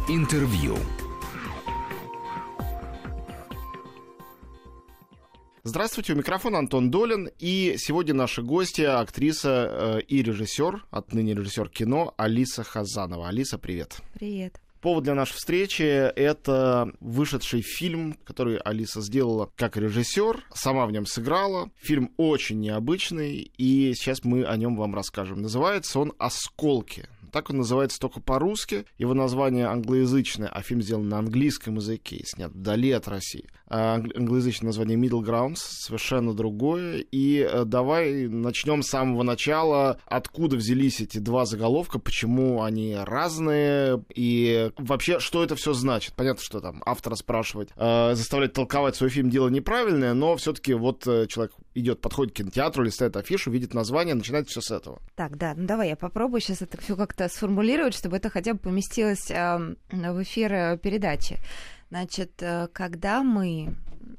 Интервью. Здравствуйте, у микрофона Антон Долин, и сегодня наши гости, актриса и режиссер, отныне режиссер кино Алиса Хазанова. Алиса, привет. Привет. Повод для нашей встречи — это вышедший фильм, который Алиса сделала как режиссер, сама в нем сыграла. Фильм очень необычный, и сейчас мы о нем вам расскажем. Называется он «Осколки». Так он называется только по-русски. Его название англоязычное, а фильм сделан на английском языке и снят вдали от России. Англоязычное название «Middle Grounds», совершенно другое. И давай начнем с самого начала. Откуда взялись эти два заголовка, почему они разные, и вообще, что это все значит? Понятно, что там автора спрашивать, заставлять толковать свой фильм — дело неправильное, но все-таки вот человек идет, подходит к кинотеатру, листает афишу, видит название, начинает все с этого. Так, да, ну давай я попробую сейчас это все как-то сформулировать, чтобы это хотя бы поместилось в эфир передачи. Значит, когда мы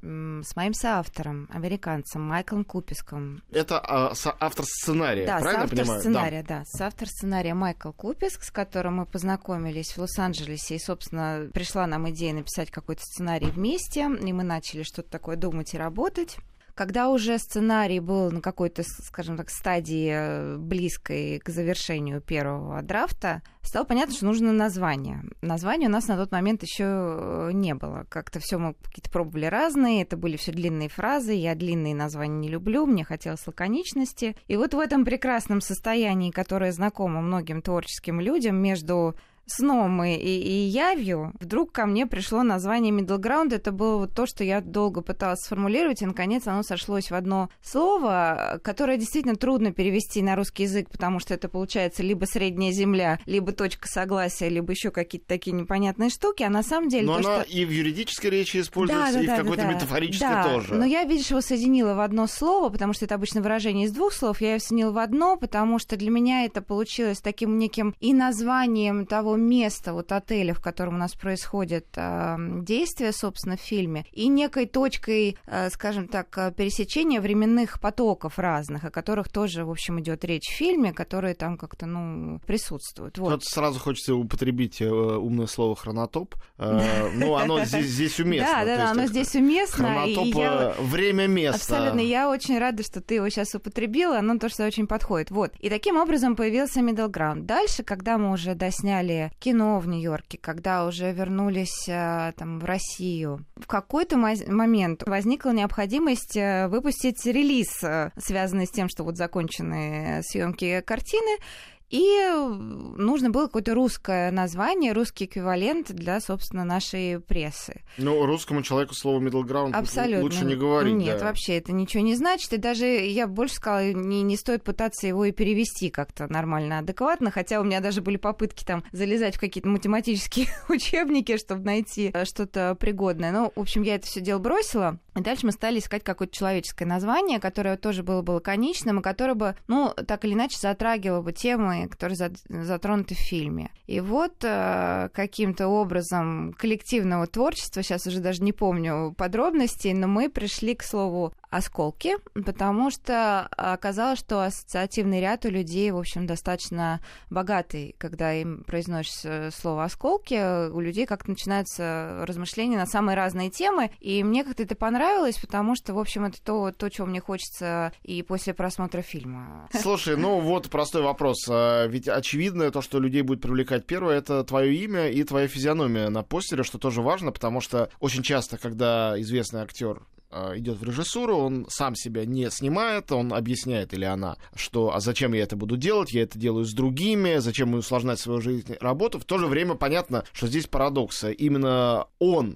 с моим соавтором, американцем Майклом Куписком... Это автор сценария, да, правильно я понимаю? Соавтор сценария Майкл Куписк, с которым мы познакомились в Лос-Анджелесе, и, собственно, пришла нам идея написать какой-то сценарий вместе, и мы начали что-то такое думать и работать. Когда уже сценарий был на какой-то, скажем так, стадии близкой к завершению первого драфта, стало понятно, что нужно название. Названия у нас на тот момент еще не было. Как-то все мы какие-то пробовали разные, это были все длинные фразы, я длинные названия не люблю, мне хотелось лаконичности. И вот в этом прекрасном состоянии, которое знакомо многим творческим людям, между сном и явью, вдруг ко мне пришло название Middle Ground. Это было вот то, что я долго пыталась сформулировать, и, наконец, оно сошлось в одно слово, которое действительно трудно перевести на русский язык, потому что это получается либо средняя земля, либо точка согласия, либо еще какие-то такие непонятные штуки, а на самом деле... Но то, она что... и в юридической речи используется, и в какой-то метафорической тоже. Но я, видишь, его соединила в одно слово, потому что это обычно выражение из двух слов, я его соединила в одно, потому что для меня это получилось таким неким и названием того места, вот отеля, в котором у нас происходит действие, собственно, в фильме, и некой точкой, скажем так, пересечения временных потоков разных, о которых тоже, в общем, идет речь в фильме, которые там как-то, присутствуют. Вот. Тут сразу хочется употребить умное слово «хронотоп». Ну, оно здесь уместно. Да, оно здесь уместно. Хронотоп — время, место. Абсолютно. Я очень рада, что ты его сейчас употребила, оно тоже очень подходит. Вот. И таким образом появился Middle Ground. Дальше, когда мы уже досняли кино в Нью-Йорке, когда уже вернулись там в Россию, в какой-то момент возникла необходимость выпустить релиз, связанный с тем, что вот закончены съемки картины, и нужно было какое-то русское название, русский эквивалент для, собственно, нашей прессы. Ну, русскому человеку слово «middle ground» абсолютно лучше не говорить. Нет, вообще это ничего не значит. И даже, я больше сказала, не стоит пытаться его и перевести как-то нормально, адекватно. Хотя у меня даже были попытки там залезать в какие-то математические учебники, чтобы найти что-то пригодное. Ну, в общем, я это все дело бросила. И дальше мы стали искать какое-то человеческое название, которое тоже было бы лаконичным, и которое бы, так или иначе затрагивало бы темы, которые затронуты в фильме. И вот каким-то образом коллективного творчества, сейчас уже даже не помню подробностей, но мы пришли к слову «осколки», потому что оказалось, что ассоциативный ряд у людей, в общем, достаточно богатый. Когда им произносишь слово «осколки», у людей как-то начинаются размышления на самые разные темы, и мне как-то это понравилось, потому что, в общем, это то, чего мне хочется и после просмотра фильма. Слушай, вот простой вопрос. Ведь очевидно, то, что людей будет привлекать первое, это твое имя и твоя физиономия на постере, что тоже важно, потому что очень часто, когда известный актер идет в режиссуру, он сам себя не снимает, он объясняет, или она, что зачем я это буду делать, я это делаю с другими, зачем мне усложнять свою жизнь, работу. В то же время понятно, что здесь парадокс. Именно он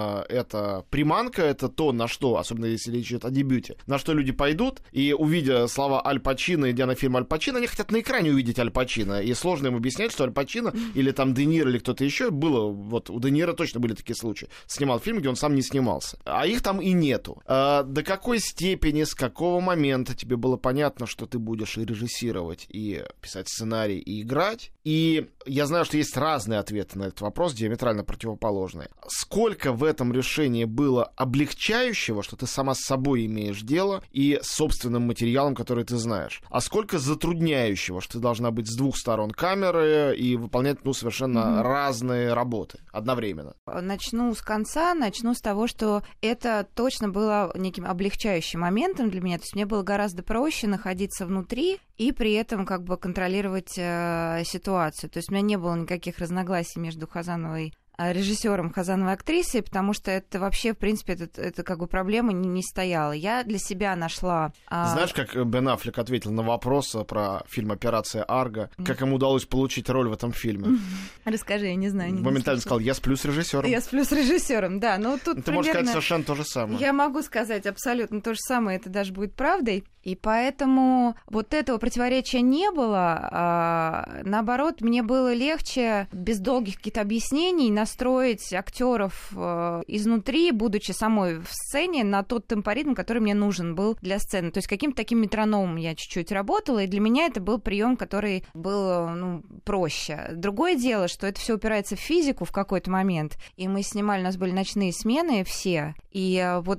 это приманка, это то, на что, особенно если речь идет о дебюте, на что люди пойдут, и увидя слова Аль Пачино, идя на фильм Аль Пачино, они хотят на экране увидеть Аль Пачино, и сложно им объяснять, что Аль Пачино или там Де Ниро или кто-то еще было, вот у Де Ниро точно были такие случаи, снимал фильм, где он сам не снимался, а их там и нету. До какой степени, с какого момента тебе было понятно, что ты будешь и режиссировать, и писать сценарий, и играть, И я знаю, что есть разные ответы на этот вопрос, диаметрально противоположные. Сколько в этом решении было облегчающего, что ты сама с собой имеешь дело, и с собственным материалом, который ты знаешь? А сколько затрудняющего, что ты должна быть с двух сторон камеры и выполнять, совершенно разные работы одновременно? Начну с конца, начну с того, что это точно было неким облегчающим моментом для меня. То есть мне было гораздо проще находиться внутри и при этом как бы контролировать ситуацию. То есть у меня не было никаких разногласий между режиссером, Хазановой актрисой, потому что это вообще, в принципе, это как бы проблема не стояла. Я для себя нашла... Знаешь, как Бен Аффлек ответил на вопрос про фильм «Операция Арго», как ему удалось получить роль в этом фильме? Расскажи, я не знаю. Моментально сказал: я сплю с режиссером. Я сплю с режиссером, да. Но тут ты можешь сказать совершенно то же самое. Я могу сказать абсолютно то же самое, это даже будет правдой. И поэтому вот этого противоречия не было. Наоборот, мне было легче без долгих каких-то объяснений настроить актеров изнутри, будучи самой в сцене, на тот темпоритм, который мне нужен был для сцены. То есть каким-то таким метрономом я чуть-чуть работала, и для меня это был прием, который был проще. Другое дело, что это все упирается в физику в какой-то момент, и мы снимали, у нас были ночные смены все, и вот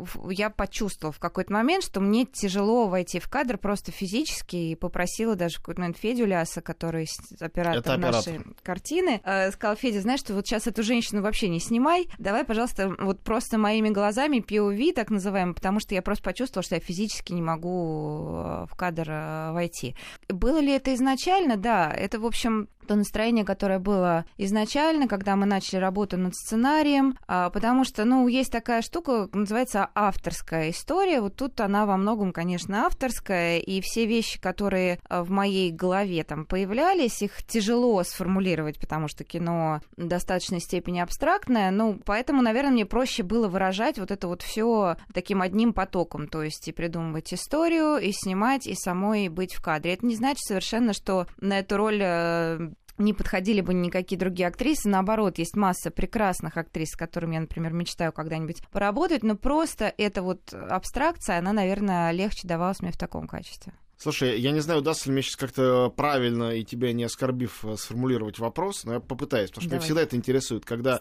я почувствовала в какой-то момент, что мне тяжело войти в кадр просто физически, и попросила даже в какой-то момент Федю Ляса, который оператор нашей картины, сказала: Федя, знаешь, что вот сейчас эту женщину вообще не снимай, давай, пожалуйста, вот просто моими глазами, POV, так называемым, потому что я просто почувствовала, что я физически не могу в кадр войти. Было ли это изначально? Да, это, в общем, то настроение, которое было изначально, когда мы начали работу над сценарием, потому что, есть такая штука, называется авторская история. Вот тут она во многом, конечно, авторская, и все вещи, которые в моей голове там появлялись, их тяжело сформулировать, потому что кино в достаточной степени абстрактное, поэтому, наверное, мне проще было выражать вот это вот все таким одним потоком, то есть и придумывать историю, и снимать, и самой быть в кадре. Это не значит совершенно, что на эту роль не подходили бы никакие другие актрисы. Наоборот, есть масса прекрасных актрис, с которыми я, например, мечтаю когда-нибудь поработать, но просто эта вот абстракция, она, наверное, легче давалась мне в таком качестве. Слушай, я не знаю, удастся ли мне сейчас как-то правильно и тебя не оскорбив сформулировать вопрос, но я попытаюсь, потому что меня всегда это интересует, когда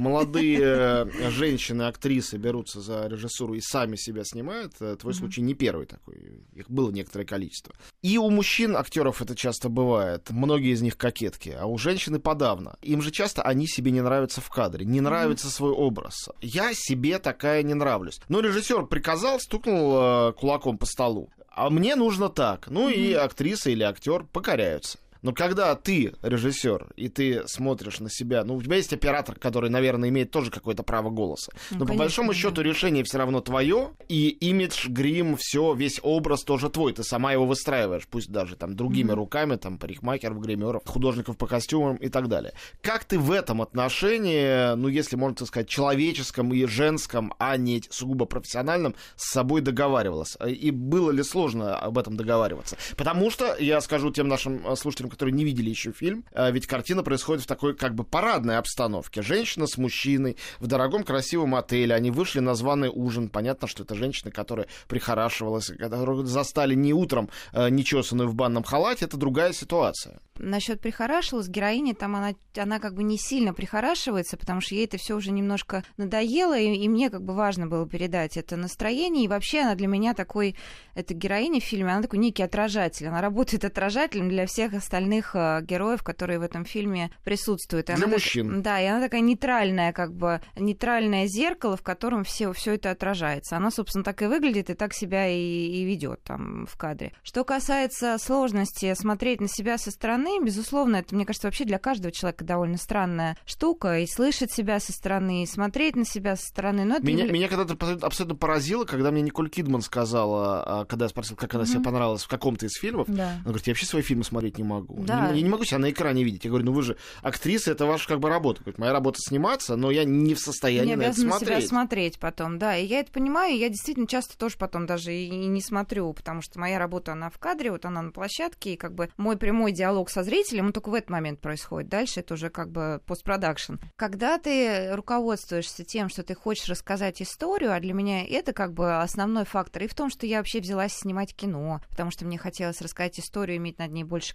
молодые женщины, актрисы берутся за режиссуру и сами себя снимают. Твой случай не первый такой, их было некоторое количество. И у мужчин, актеров, это часто бывает, многие из них кокетки, а у женщины подавно. Им же часто они себе не нравятся в кадре, не нравится свой образ. Я себе такая не нравлюсь. Но режиссер приказал, стукнул кулаком по столу. А мне нужно так. И актриса или актер покоряются. Но когда ты режиссер и ты смотришь на себя, у тебя есть оператор, который, наверное, имеет тоже какое-то право голоса. Но по большому счету решение все равно твое, и имидж, грим, все, весь образ тоже твой. Ты сама его выстраиваешь, пусть даже там другими руками, там парикмахеров, гримеров, художников по костюмам и так далее. Как ты в этом отношении, если можно так сказать, человеческом и женском, а не сугубо профессиональном, с собой договаривалась? И было ли сложно об этом договариваться? Потому что, я скажу тем нашим слушателям, которые не видели еще фильм, ведь картина происходит в такой как бы парадной обстановке. Женщина с мужчиной в дорогом красивом отеле, они вышли на званый ужин. Понятно, что это женщина, которая прихорашивалась, которую застали не утром нечесанную в банном халате, это другая ситуация. Насчет прихорашивалась, героиня там она как бы не сильно прихорашивается, потому что ей это все уже немножко надоело, и мне как бы важно было передать это настроение. И вообще она для меня эта героиня в фильме, она такой некий отражатель. Она работает отражателем для всех остальных героев, которые в этом фильме присутствуют. Для мужчин. Да, и она такая нейтральное нейтральное зеркало, в котором все это отражается. Она, собственно, так и выглядит, и так себя и ведет там в кадре. Что касается сложности смотреть на себя со стороны, безусловно, это, мне кажется, вообще для каждого человека довольно странная штука, и слышать себя со стороны, и смотреть на себя со стороны. Но это меня когда-то абсолютно поразило, когда мне Николь Кидман сказала, когда я спросил, как она себе понравилась в каком-то из фильмов, она говорит: я вообще свои фильмы смотреть не могу. Я не могу себя на экране видеть. Я говорю: вы же актриса, это ваша как бы работа. Говорит: моя работа сниматься, но я не в состоянии на это смотреть. Не обязана себя смотреть потом, да. И я это понимаю, и я действительно часто тоже потом даже и не смотрю, потому что моя работа, она в кадре, вот она на площадке, и как бы мой прямой диалог со зрителем, он только в этот момент происходит. Дальше это уже как бы постпродакшн. Когда ты руководствуешься тем, что ты хочешь рассказать историю, а для меня это как бы основной фактор, и в том, что я вообще взялась снимать кино, потому что мне хотелось рассказать историю, иметь над ней больше контроля,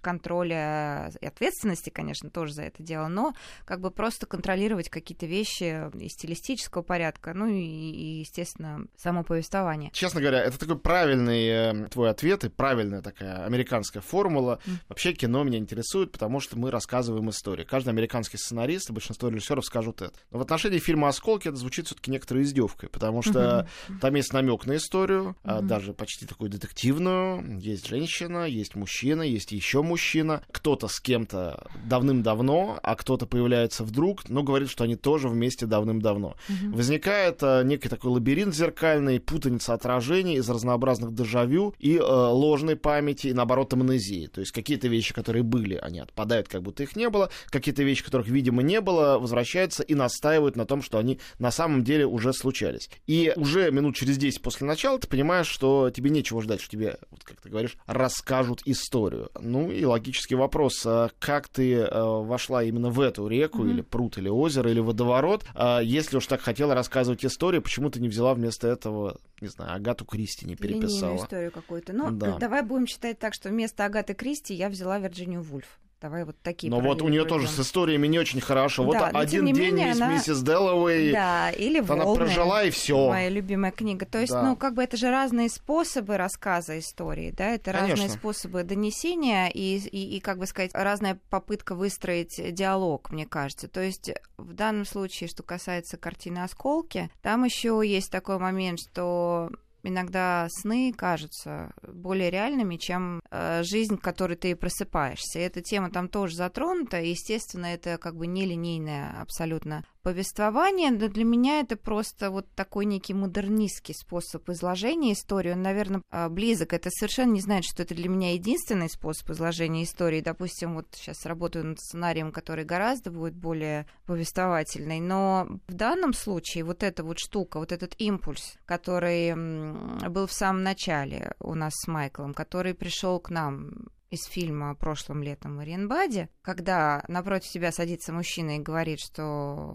контроля и ответственности, конечно, тоже за это дело, но как бы просто контролировать какие-то вещи из стилистического порядка, ну и естественно, само повествование. Честно говоря, это такой правильный твой ответ и правильная такая американская формула. Вообще кино меня интересует, потому что мы рассказываем истории. Каждый американский сценарист и большинство режиссеров скажут это. Но в отношении фильма «Осколки» это звучит все-таки некоторой издевкой, потому что там есть намек на историю, даже почти такую детективную. Есть женщина, есть мужчина, есть еще мужчина. Кто-то с кем-то давным-давно, а кто-то появляется вдруг, но говорит, что они тоже вместе давным-давно. Возникает некий такой лабиринт зеркальный, путаница отражений из разнообразных дежавю и ложной памяти, и наоборот амнезии. То есть какие-то вещи, которые были, они отпадают, как будто их не было. Какие-то вещи, которых, видимо, не было, возвращаются и настаивают на том, что они на самом деле уже случались. И уже минут через 10 после начала ты понимаешь, что тебе нечего ждать, что тебе, вот как ты говоришь, расскажут историю. Ну и логический вопрос, как ты вошла именно в эту реку, или пруд, или озеро, или водоворот, если уж так хотела рассказывать историю, почему ты не взяла вместо этого, не знаю, Агату Кристи не переписала? Линейную историю какую-то. Ну, да. Давай будем считать так, что вместо Агаты Кристи я взяла Вирджинию Вульф. Давай вот такие. Но вот у нее тоже с историями не очень хорошо. Да, вот один день миссис Дэллоуэй. Да, или «Волны». Она прожила, и все. Моя любимая книга. То есть, ну, как бы это же разные способы рассказа истории, да, это разные способы донесения и, как бы сказать, разная попытка выстроить диалог, мне кажется. То есть, в данном случае, что касается картины «Осколки», там еще есть такой момент, что иногда сны кажутся более реальными, чем жизнь, в которой ты просыпаешься. И эта тема там тоже затронута. И, естественно, это как бы нелинейное абсолютно повествование, но для меня это просто вот такой некий модернистский способ изложения истории. Он, наверное, близок. Это совершенно не значит, что это для меня единственный способ изложения истории. Допустим, вот сейчас работаю над сценарием, который гораздо будет более повествовательный. Но в данном случае вот эта вот штука, вот этот импульс, который был в самом начале у нас с Майклом, который пришел к нам из фильма «Прошлым летом» в Мариенбаде, когда напротив тебя садится мужчина и говорит, что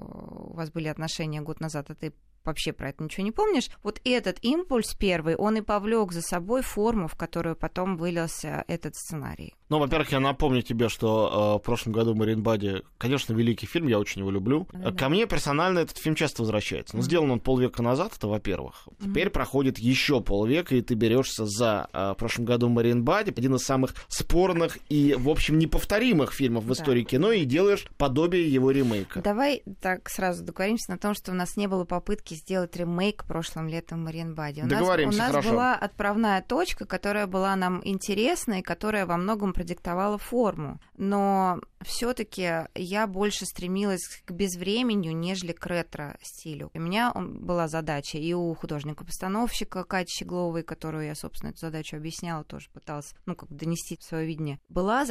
у вас были отношения год назад, а ты вообще про это ничего не помнишь, вот этот импульс первый, он и повлек за собой форму, в которую потом вылился этот сценарий. Ну, во-первых, я напомню тебе, что в прошлом году в Мариенбаде, конечно, великий фильм, я очень его люблю. Да. Ко мне персонально этот фильм часто возвращается. Но сделан он полвека назад, это во-первых. Теперь проходит еще полвека, и ты берешься за в прошлом году в Мариенбаде, один из самых спорных и, в общем, неповторимых фильмов в истории кино, и делаешь подобие его ремейка. Давай так сразу договоримся на том, что у нас не было попытки сделать ремейк «Прошлым летом в Мариенбаде». У нас была отправная точка, которая была нам интересна и которая во многом продиктовала форму. Но все-таки я больше стремилась к безвременью, нежели к ретро-стилю. У меня была задача, и у художника-постановщика Кати Щегловой, которую я, собственно, эту задачу объясняла, тоже пыталась, донести свое видение. Была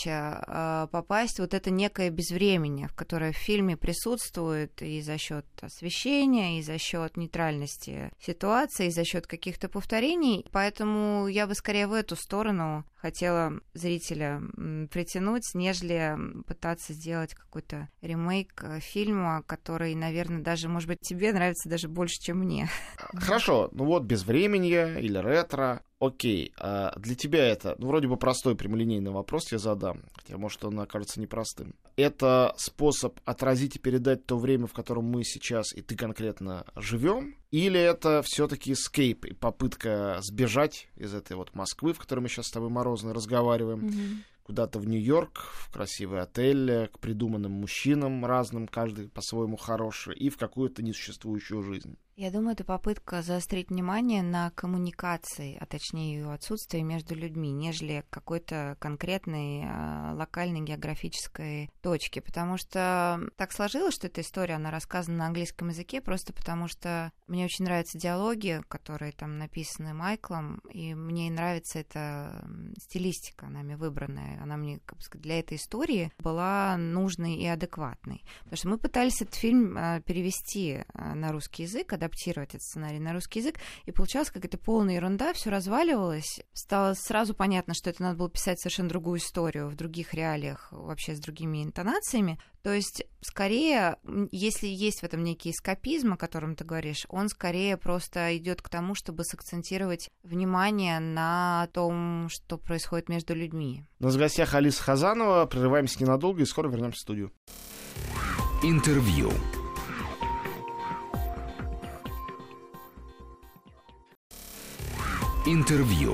задача попасть в вот это некое безвременье, в которое в фильме присутствует и за счет освещения, и за счет нейтральности ситуации, и за счет каких-то повторений. Поэтому я бы скорее в эту сторону хотела зрителя притянуть, нежели пытаться сделать какой-то ремейк фильма, который, наверное, даже, может быть, тебе нравится даже больше, чем мне. Хорошо, безвременье или ретро. Окей, а для тебя это, вроде бы простой прямолинейный вопрос я задам, хотя, может, он окажется непростым. Это способ отразить и передать то время, в котором мы сейчас и ты конкретно живем, или это все-таки эскейп и попытка сбежать из этой вот Москвы, в которой мы сейчас с тобой морозно разговариваем, куда-то в Нью-Йорк, в красивый отель, к придуманным мужчинам разным, каждый по-своему хороший, и в какую-то несуществующую жизнь? Я думаю, это попытка заострить внимание на коммуникации, а точнее ее отсутствии между людьми, нежели какой-то конкретной локальной географической точке. Потому что так сложилось, что эта история, она рассказана на английском языке, просто потому что мне очень нравятся диалоги, которые там написаны Майклом, и мне нравится эта стилистика, нами выбранная. Она мне, как бы сказать, для этой истории была нужной и адекватной. Потому что мы пытались этот фильм перевести на русский язык, адаптировать этот сценарий на русский язык, и получалась какая-то полная ерунда, все разваливалось. Стало сразу понятно, что это надо было писать совершенно другую историю, в других реалиях, вообще с другими интонациями. То есть, скорее, если есть в этом некий эскапизм, о котором ты говоришь, он скорее просто идет к тому, чтобы сакцентировать внимание на том, что происходит между людьми. У нас в гостях Алиса Хазанова. Прерываемся ненадолго и скоро вернемся в студию. Интервью. Интервью.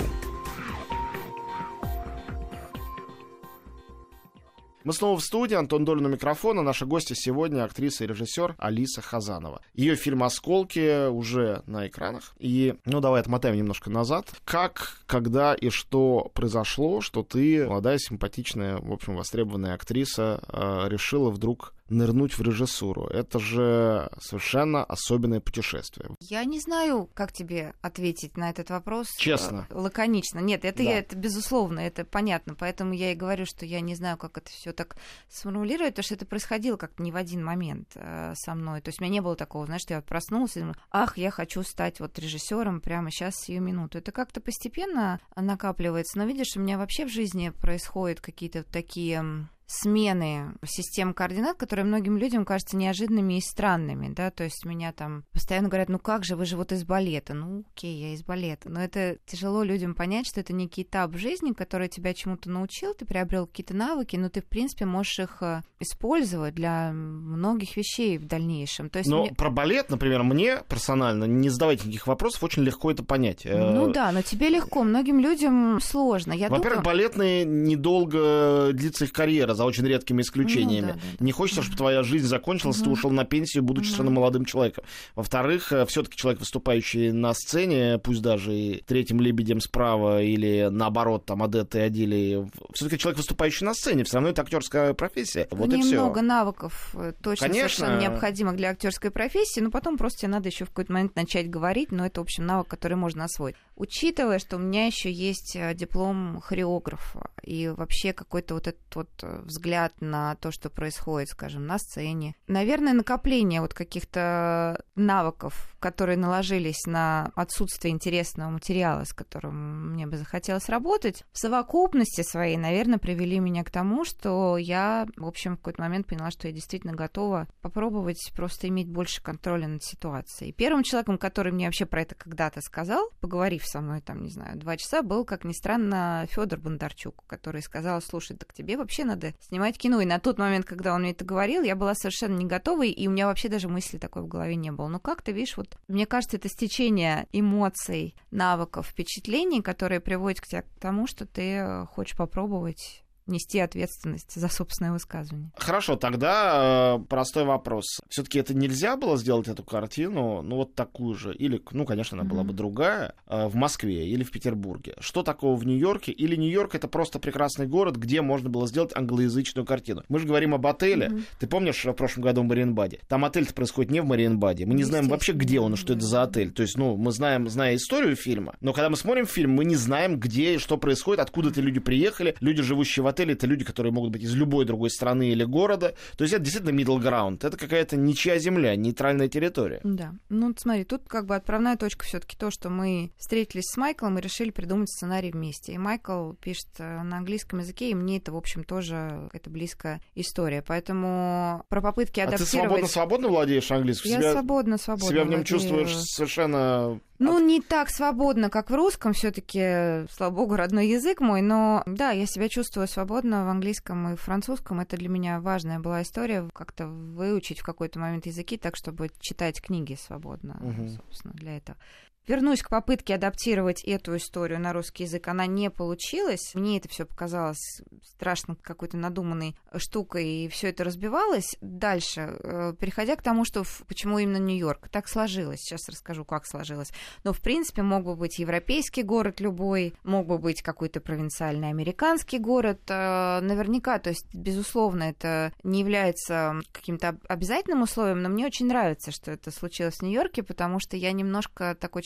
Мы снова в студии, Антон Долин у микрофона. Наша гостья сегодня актриса и режиссер Алиса Хазанова. Ее фильм «Осколки» уже на экранах. И, давай отмотаем немножко назад. Как, когда и что произошло, что ты, молодая, симпатичная, в общем, востребованная актриса, решила вдруг нырнуть в режиссуру? Это же совершенно особенное путешествие. Я не знаю, как тебе ответить на этот вопрос. Честно. Лаконично. Нет, это, Да. это безусловно, это понятно. Поэтому я и говорю, что я не знаю, как это все так сформулировать, потому что это происходило как-то не в один момент со мной. То есть у меня не было такого, знаешь, что я вот проснулась и думаю, я хочу стать вот режиссером прямо сейчас, сию минуту. Это как-то постепенно накапливается. Но видишь, у меня вообще в жизни происходят какие-то такие смены систем координат, которые многим людям кажутся неожиданными и странными, да, то есть меня там постоянно говорят, как же, вы же вот из балета, окей, я из балета, но это тяжело людям понять, что это некий этап в жизни, который тебя чему-то научил, ты приобрел какие-то навыки, но ты, в принципе, можешь их использовать для многих вещей в дальнейшем. То есть Про балет, например, мне персонально, не задавайте никаких вопросов, очень легко это понять. Да, но тебе легко, многим людям сложно. Во-первых, балетные недолго длится их карьера, за очень редкими исключениями. Не хочется, чтобы твоя жизнь закончилась, ты ушел на пенсию, будучи совершенно молодым человеком. Во-вторых, все-таки человек, выступающий на сцене, пусть даже и третьим лебедем справа или наоборот, там, Адеттой Адилей, все-таки человек, выступающий на сцене, все равно это актерская профессия. Вот и все. Много навыков точно Конечно. совершенно необходимых для актерской профессии, но потом просто тебе надо еще в какой-то момент начать говорить, но это, в общем, навык, который можно освоить. Учитывая, что у меня еще есть диплом хореографа и вообще какой-то вот этот вот взгляд на то, что происходит, скажем, на сцене. Наверное, накопление вот каких-то навыков, которые наложились на отсутствие интересного материала, с которым мне бы захотелось работать, в совокупности своей, наверное, привели меня к тому, что я, в общем, в какой-то момент поняла, что я действительно готова попробовать просто иметь больше контроля над ситуацией. Первым человеком, который мне вообще про это когда-то сказал, поговорив со мной, 2 часа, был, как ни странно, Федор Бондарчук, который сказал, слушай, так тебе вообще надо снимать кино. И на тот момент, когда он мне это говорил, я была совершенно не готова, и у меня вообще даже мысли такой в голове не было. Но как-то, видишь, вот мне кажется, это стечение эмоций, навыков, впечатлений, которые приводят к тому, что ты хочешь попробовать нести ответственность за собственное высказывание. Хорошо, тогда простой вопрос. Все-таки это нельзя было сделать эту картину, вот такую же, или, конечно, она была бы другая, в Москве или в Петербурге? Что такого в Нью-Йорке? Или Нью-Йорк — это просто прекрасный город, где можно было сделать англоязычную картину? Мы же говорим об отеле. Ты помнишь, в прошлом году в Мариенбаде? Там отель-то происходит не в Мариенбаде. Мы не знаем вообще, где он и что это за отель. То есть, мы знаем, зная историю фильма, но когда мы смотрим фильм, мы не знаем, где и что происходит, откуда эти люди приехали. Люди, живущие в отеле, это люди, которые могут быть из любой другой страны или города. То есть это действительно middle ground. Это какая-то ничья земля, нейтральная территория. Да. Смотри, тут отправная точка все-таки то, что мы встретились с Майклом и решили придумать сценарий вместе. И Майкл пишет на английском языке, и мне это, в общем, тоже какая-то близкая история. Поэтому про попытки адаптировать... А ты свободно владеешь английским? Я свободно себя в нем чувствуешь совершенно... Не так свободно, как в русском, все-таки, слава богу, родной язык мой, но да, я себя чувствую свободно в английском и французском. Это для меня важная была история, как-то выучить в какой-то момент языки так, чтобы читать книги свободно, собственно, для этого. Вернусь к попытке адаптировать эту историю на русский язык. Она не получилась. Мне это все показалось страшно какой-то надуманной штукой, и все это разбивалось. Дальше, переходя к тому, что почему именно Нью-Йорк. Так сложилось. Сейчас расскажу, как сложилось. Но, в принципе, мог бы быть европейский город любой, мог бы быть какой-то провинциальный американский город. Наверняка, то есть, безусловно, это не является каким-то обязательным условием, но мне очень нравится, что это случилось в Нью-Йорке, потому что я немножко такой человек,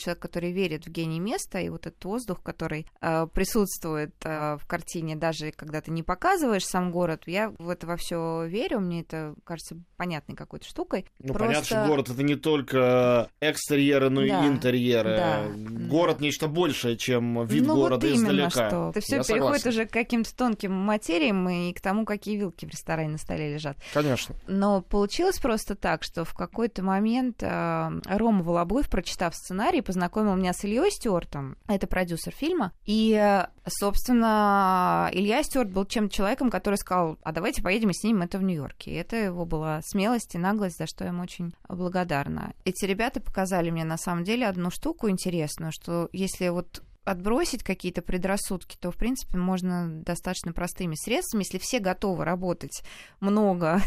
человек, который верит в гений места, и вот этот воздух, который присутствует в картине, даже когда ты не показываешь сам город, я в это во все верю, мне это кажется понятной какой-то штукой. Ну, понятно, что город — это не только экстерьеры, но и интерьеры. Да, город — нечто большее, чем вид города вот издалека. Что. Это все переходит уже к каким-то тонким материям и к тому, какие вилки в ресторане на столе лежат. Конечно. Но получилось просто так, что в какой-то момент Рома Волобуев, прочитав сценарий, познакомил меня с Ильей Стюартом, это продюсер фильма, и, собственно, Илья Стюарт был чем-то человеком, который сказал: а давайте поедем и снимем это в Нью-Йорке. И это его была смелость и наглость, за что я им очень благодарна. Эти ребята показали мне, на самом деле, одну штуку интересную, что если вот отбросить какие-то предрассудки, то, в принципе, можно достаточно простыми средствами, если все готовы работать много,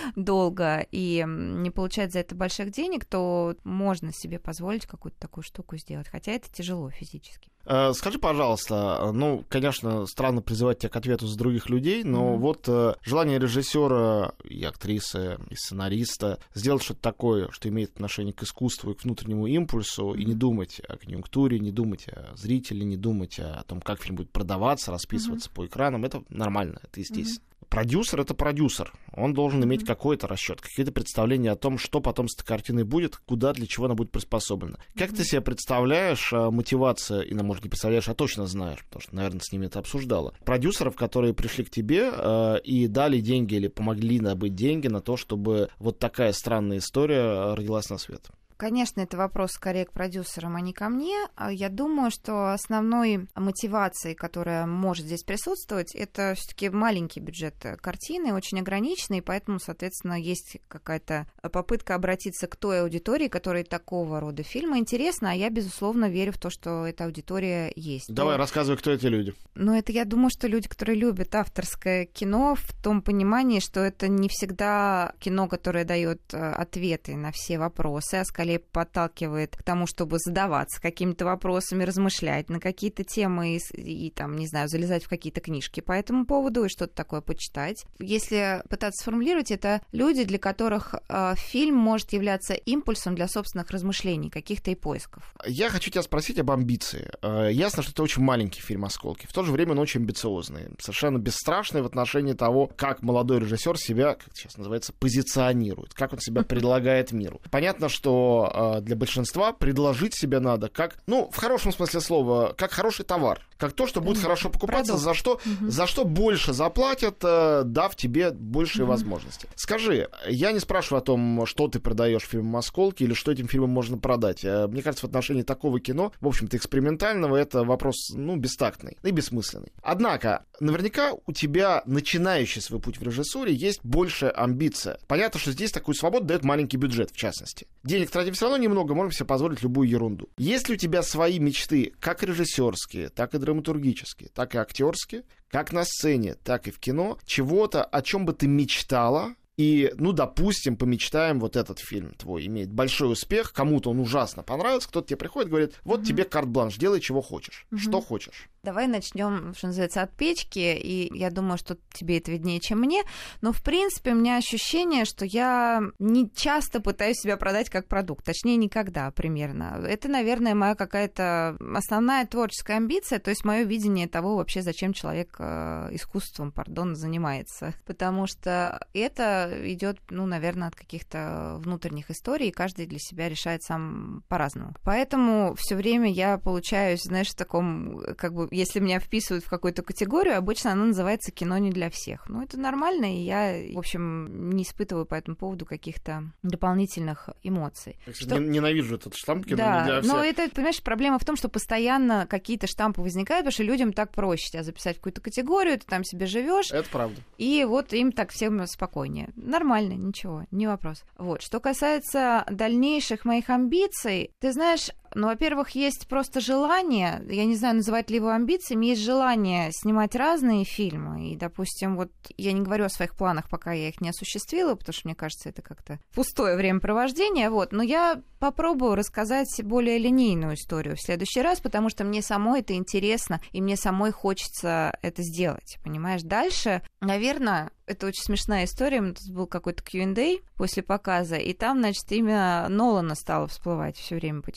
долго и не получать за это больших денег, то можно себе позволить какую-то такую штуку сделать, хотя это тяжело физически. Скажи, пожалуйста, ну, конечно, странно призывать тебя к ответу за других людей, но вот желание режиссера и актрисы, и сценариста сделать что-то такое, что имеет отношение к искусству и к внутреннему импульсу, и не думать о конъюнктуре, не думать о зрителе, не думать о том, как фильм будет продаваться, расписываться по экранам, это нормально, это естественно. Продюсер — это продюсер. Он должен иметь какой-то расчет, какие-то представления о том, что потом с этой картиной будет, куда, для чего она будет приспособлена. Как ты себе представляешь мотивацию, и, может, не представляешь, а точно знаешь, потому что, наверное, с ними это обсуждала, продюсеров, которые пришли к тебе и дали деньги или помогли добыть деньги на то, чтобы вот такая странная история родилась на свет? Конечно, это вопрос скорее к продюсерам, а не ко мне. Я думаю, что основной мотивацией, которая может здесь присутствовать, это все-таки маленький бюджет картины, очень ограниченный, поэтому, соответственно, есть какая-то попытка обратиться к той аудитории, которой такого рода фильмы интересны, а я, безусловно, верю в то, что эта аудитория есть. Давай, рассказывай, кто эти люди. Ну, это, я думаю, что люди, которые любят авторское кино в том понимании, что это не всегда кино, которое дает ответы на все вопросы, а скорее подталкивает к тому, чтобы задаваться какими-то вопросами, размышлять на какие-то темы и там, не знаю, залезать в какие-то книжки по этому поводу и что-то такое почитать. Если пытаться сформулировать, это люди, для которых фильм может являться импульсом для собственных размышлений, каких-то и поисков. Я хочу тебя спросить об амбиции. Ясно, что это очень маленький фильм «Осколки». В то же время он очень амбициозный, совершенно бесстрашный в отношении того, как молодой режиссер себя, как сейчас называется, позиционирует, как он себя предлагает миру. Понятно, что для большинства предложить себя надо как, ну, в хорошем смысле слова, как хороший товар, как то, что будет хорошо покупаться, за что больше заплатят, дав тебе большие возможности. Скажи, я не спрашиваю о том, что ты продаешь фильмом «Осколки» или что этим фильмом можно продать. Мне кажется, в отношении такого кино, в общем-то, экспериментального, это вопрос, ну, бестактный и бессмысленный. Однако, наверняка у тебя, начинающий свой путь в режиссуре, есть большая амбиция. Понятно, что здесь такую свободу дает маленький бюджет, в частности. Денег тратим все равно немного, можем себе позволить любую ерунду. Есть ли у тебя свои мечты, как режиссерские, так и драматургические, так и актерские, как на сцене, так и в кино, чего-то, о чем бы ты мечтала? И, ну, допустим, помечтаем, вот этот фильм твой имеет большой успех, кому-то он ужасно понравился, кто-то тебе приходит и говорит: вот тебе карт-бланш, делай, чего хочешь, что хочешь. Давай начнем, что называется, от печки, и я думаю, что тебе это виднее, чем мне, но, в принципе, у меня ощущение, что я не часто пытаюсь себя продать как продукт, точнее, никогда примерно. Это, наверное, моя какая-то основная творческая амбиция, то есть мое видение того вообще, зачем человек искусством, занимается, потому что это идет, ну, наверное, от каких-то внутренних историй, и каждый для себя решает сам по-разному. Поэтому все время я получаюсь, знаешь, в таком, как бы, если меня вписывают в какую-то категорию, обычно она называется «кино не для всех». Ну, это нормально, и я, в общем, не испытываю по этому поводу каких-то дополнительных эмоций. Ненавижу этот штамп «кино не для всех». Но это, понимаешь, проблема в том, что постоянно какие-то штампы возникают, потому что людям так проще тебя записать в какую-то категорию, ты там себе живешь. Это правда. И вот им так всем спокойнее. Нормально, ничего, не вопрос. Вот. Что касается дальнейших моих амбиций, ты знаешь, ну, во-первых, есть просто желание, я не знаю, называть ли его амбициями, есть желание снимать разные фильмы. И, допустим, вот я не говорю о своих планах, пока я их не осуществила, потому что, мне кажется, это как-то пустое времяпровождение, вот. Но я попробую рассказать более линейную историю в следующий раз, потому что мне самой это интересно, и мне самой хочется это сделать, понимаешь? Дальше, наверное, это очень смешная история. Тут был какой-то Q&A после показа, и там, значит, имя Нолана стало всплывать все время почему-то.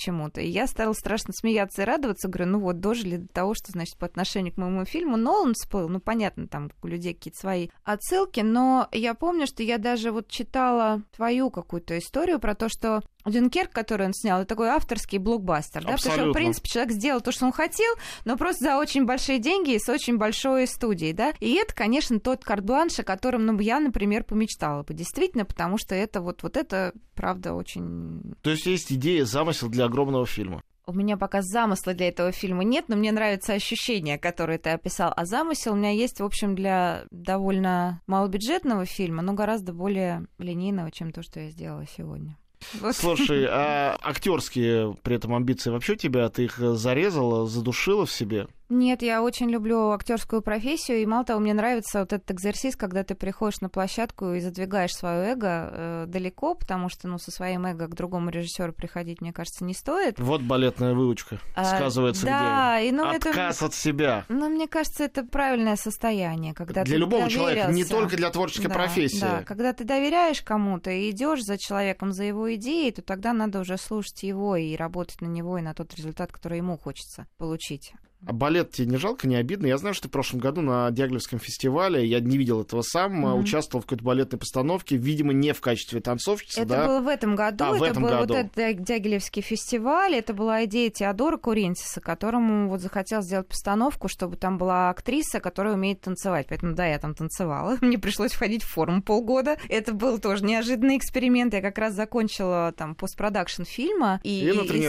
И я стала страшно смеяться и радоваться. Говорю, ну вот, дожили до того, что, значит, по отношению к моему фильму Нолан всплыл. Ну, понятно, там у людей какие-то свои отсылки, но я помню, что я даже вот читала твою какую-то историю про то, что Дюнкерк, который он снял, это такой авторский блокбастер, да, потому что, в принципе, человек сделал то, что он хотел, но просто за очень большие деньги и с очень большой студией, да, и это, конечно, тот карт-бланш, о котором, ну, я, например, помечтала бы, действительно, потому что это вот это, правда, очень... То есть идея, замысел для огромного фильма? У меня пока замысла для этого фильма нет, но мне нравятся ощущения, которые ты описал. А замысел у меня есть, в общем, для довольно малобюджетного фильма, но гораздо более линейного, чем то, что я сделала сегодня. Вот. Слушай, а актерские при этом амбиции вообще тебя, ты их зарезала, задушила в себе? Нет, я очень люблю актерскую профессию, и мало того, мне нравится вот этот экзерсис, когда ты приходишь на площадку и задвигаешь свое эго далеко, потому что, ну, со своим эго к другому режиссеру приходить, мне кажется, не стоит. Вот балетная выучка, сказывается, да, где и, ну, отказ от себя. Ну, мне кажется, это правильное состояние, когда для ты любого доверился. человека, не только для творческой профессии. Да, когда ты доверяешь кому-то и идешь за человеком, за его идеей, то тогда надо уже слушать его и работать на него, и на тот результат, который ему хочется получить. А балет тебе не жалко, не обидно? Я знаю, что ты в прошлом году на Дягилевском фестивале, я не видел этого сам, участвовал в какой-то балетной постановке, видимо, не в качестве танцовщицы, это да? было в этом году, в этом году. Вот этот Дягилевский фестиваль, это была идея Теодора Курентиса, которому вот захотел сделать постановку, чтобы там была актриса, которая умеет танцевать, поэтому, да, я там танцевала, мне пришлось входить в форму полгода, это был тоже неожиданный эксперимент, я как раз закончила там постпродакшн фильма, и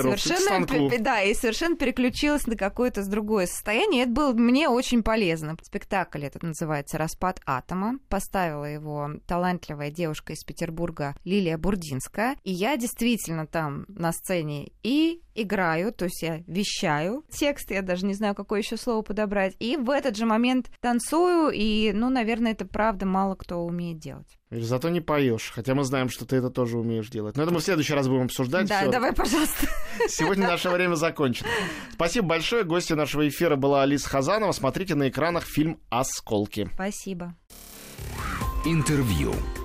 совершенно переключилась на какое-то другое состояние. Это было мне очень полезно. Спектакль этот называется «Распад атома». Поставила его талантливая девушка из Петербурга Лилия Бурдинская. И я действительно там на сцене и играю, то есть я вещаю текст, я даже не знаю, какое еще слово подобрать. И в этот же момент танцую, и, ну, наверное, это правда мало кто умеет делать. Зато не поешь, хотя мы знаем, что ты это тоже умеешь делать. Но это мы в следующий раз будем обсуждать. Да, всё. давай, пожалуйста. Сегодня наше время закончено. Спасибо большое. Гостью нашего эфира была Алиса Хазанова. Смотрите на экранах фильм «Осколки». Спасибо. Интервью.